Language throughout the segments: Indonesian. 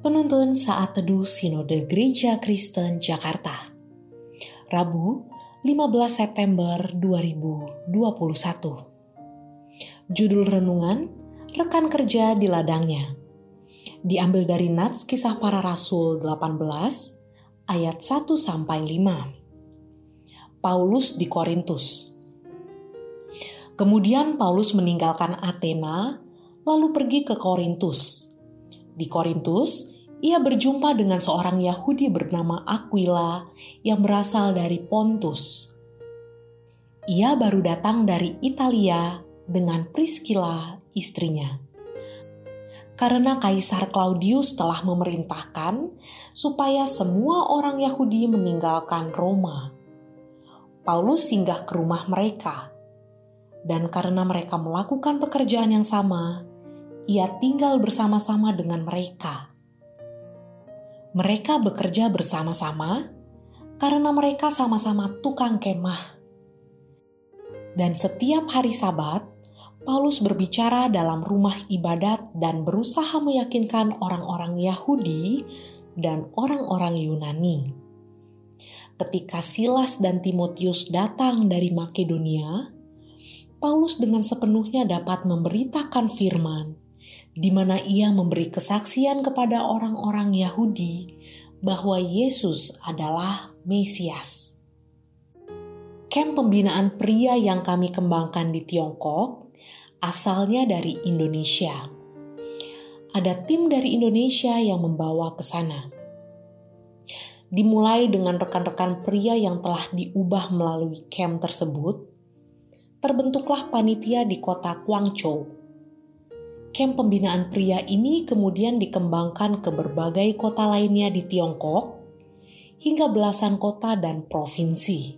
Penuntun Saat Teduh Sinode Gereja Kristen Jakarta, Rabu 15 September 2021. Judul renungan, Rekan Kerja di Ladangnya. Diambil dari Nats Kisah Para Rasul 18 ayat 1-5. Paulus di Korintus. Kemudian Paulus meninggalkan Athena lalu pergi ke Korintus. Di Korintus, ia berjumpa dengan seorang Yahudi bernama Aquila yang berasal dari Pontus. Ia baru datang dari Italia dengan Priscilla, istrinya. Karena Kaisar Claudius telah memerintahkan supaya semua orang Yahudi meninggalkan Roma. Paulus singgah ke rumah mereka, dan karena mereka melakukan pekerjaan yang sama, ia tinggal bersama-sama dengan mereka. Mereka bekerja bersama-sama karena mereka sama-sama tukang kemah. Dan setiap hari Sabat, Paulus berbicara dalam rumah ibadat dan berusaha meyakinkan orang-orang Yahudi dan orang-orang Yunani. Ketika Silas dan Timotius datang dari Makedonia, Paulus dengan sepenuhnya dapat memberitakan firman, di mana ia memberi kesaksian kepada orang-orang Yahudi bahwa Yesus adalah Mesias. Kamp pembinaan pria yang kami kembangkan di Tiongkok asalnya dari Indonesia. Ada tim dari Indonesia yang membawa ke sana. Dimulai dengan rekan-rekan pria yang telah diubah melalui kamp tersebut, terbentuklah panitia di kota Guangzhou. Kamp pembinaan pria ini kemudian dikembangkan ke berbagai kota lainnya di Tiongkok, hingga belasan kota dan provinsi.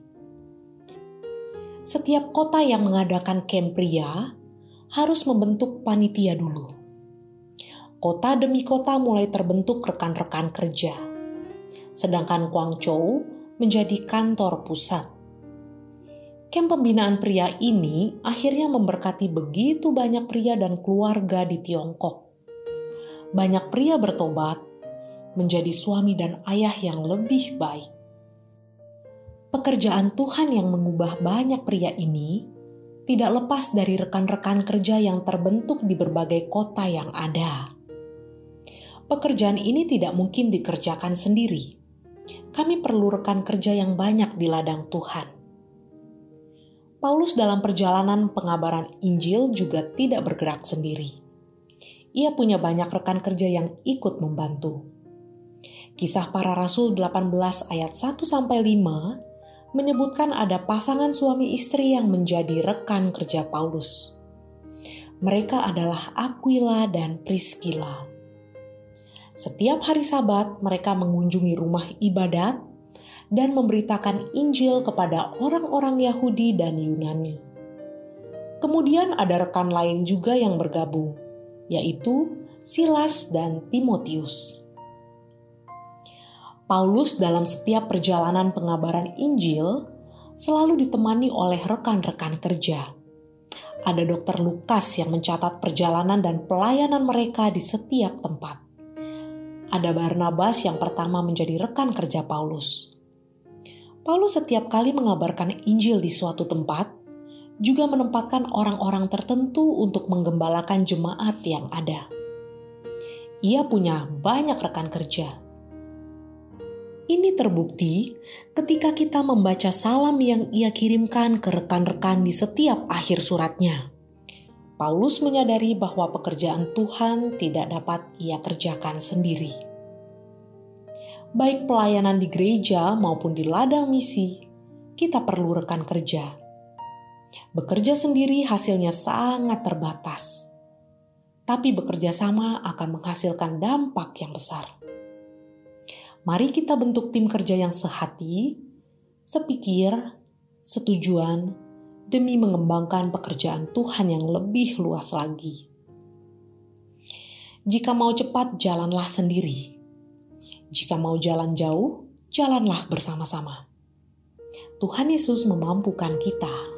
Setiap kota yang mengadakan kamp pria harus membentuk panitia dulu. Kota demi kota mulai terbentuk rekan-rekan kerja, sedangkan Guangzhou menjadi kantor pusat. Kamp pembinaan pria ini akhirnya memberkati begitu banyak pria dan keluarga di Tiongkok. Banyak pria bertobat, menjadi suami dan ayah yang lebih baik. Pekerjaan Tuhan yang mengubah banyak pria ini tidak lepas dari rekan-rekan kerja yang terbentuk di berbagai kota yang ada. Pekerjaan ini tidak mungkin dikerjakan sendiri. Kami perlu rekan kerja yang banyak di ladang Tuhan. Paulus dalam perjalanan pengabaran Injil juga tidak bergerak sendiri. Ia punya banyak rekan kerja yang ikut membantu. Kisah Para Rasul 18 ayat 1-5 menyebutkan ada pasangan suami istri yang menjadi rekan kerja Paulus. Mereka adalah Aquila dan Priscilla. Setiap hari Sabat mereka mengunjungi rumah ibadat dan memberitakan Injil kepada orang-orang Yahudi dan Yunani. Kemudian ada rekan lain juga yang bergabung, yaitu Silas dan Timotius. Paulus dalam setiap perjalanan pengabaran Injil selalu ditemani oleh rekan-rekan kerja. Ada Dr. Lukas yang mencatat perjalanan dan pelayanan mereka di setiap tempat. Ada Barnabas yang pertama menjadi rekan kerja Paulus. Paulus setiap kali mengabarkan Injil di suatu tempat, juga menempatkan orang-orang tertentu untuk menggembalakan jemaat yang ada. Ia punya banyak rekan kerja. Ini terbukti ketika kita membaca salam yang ia kirimkan ke rekan-rekan di setiap akhir suratnya. Paulus menyadari bahwa pekerjaan Tuhan tidak dapat ia kerjakan sendiri. Baik pelayanan di gereja maupun di ladang misi, kita perlu rekan kerja. Bekerja sendiri hasilnya sangat terbatas, tapi bekerja sama akan menghasilkan dampak yang besar. Mari kita bentuk tim kerja yang sehati, sepikir, setujuan, demi mengembangkan pekerjaan Tuhan yang lebih luas lagi. Jika mau cepat, jalanlah sendiri. Jika mau jalan jauh, jalanlah bersama-sama. Tuhan Yesus memampukan kita.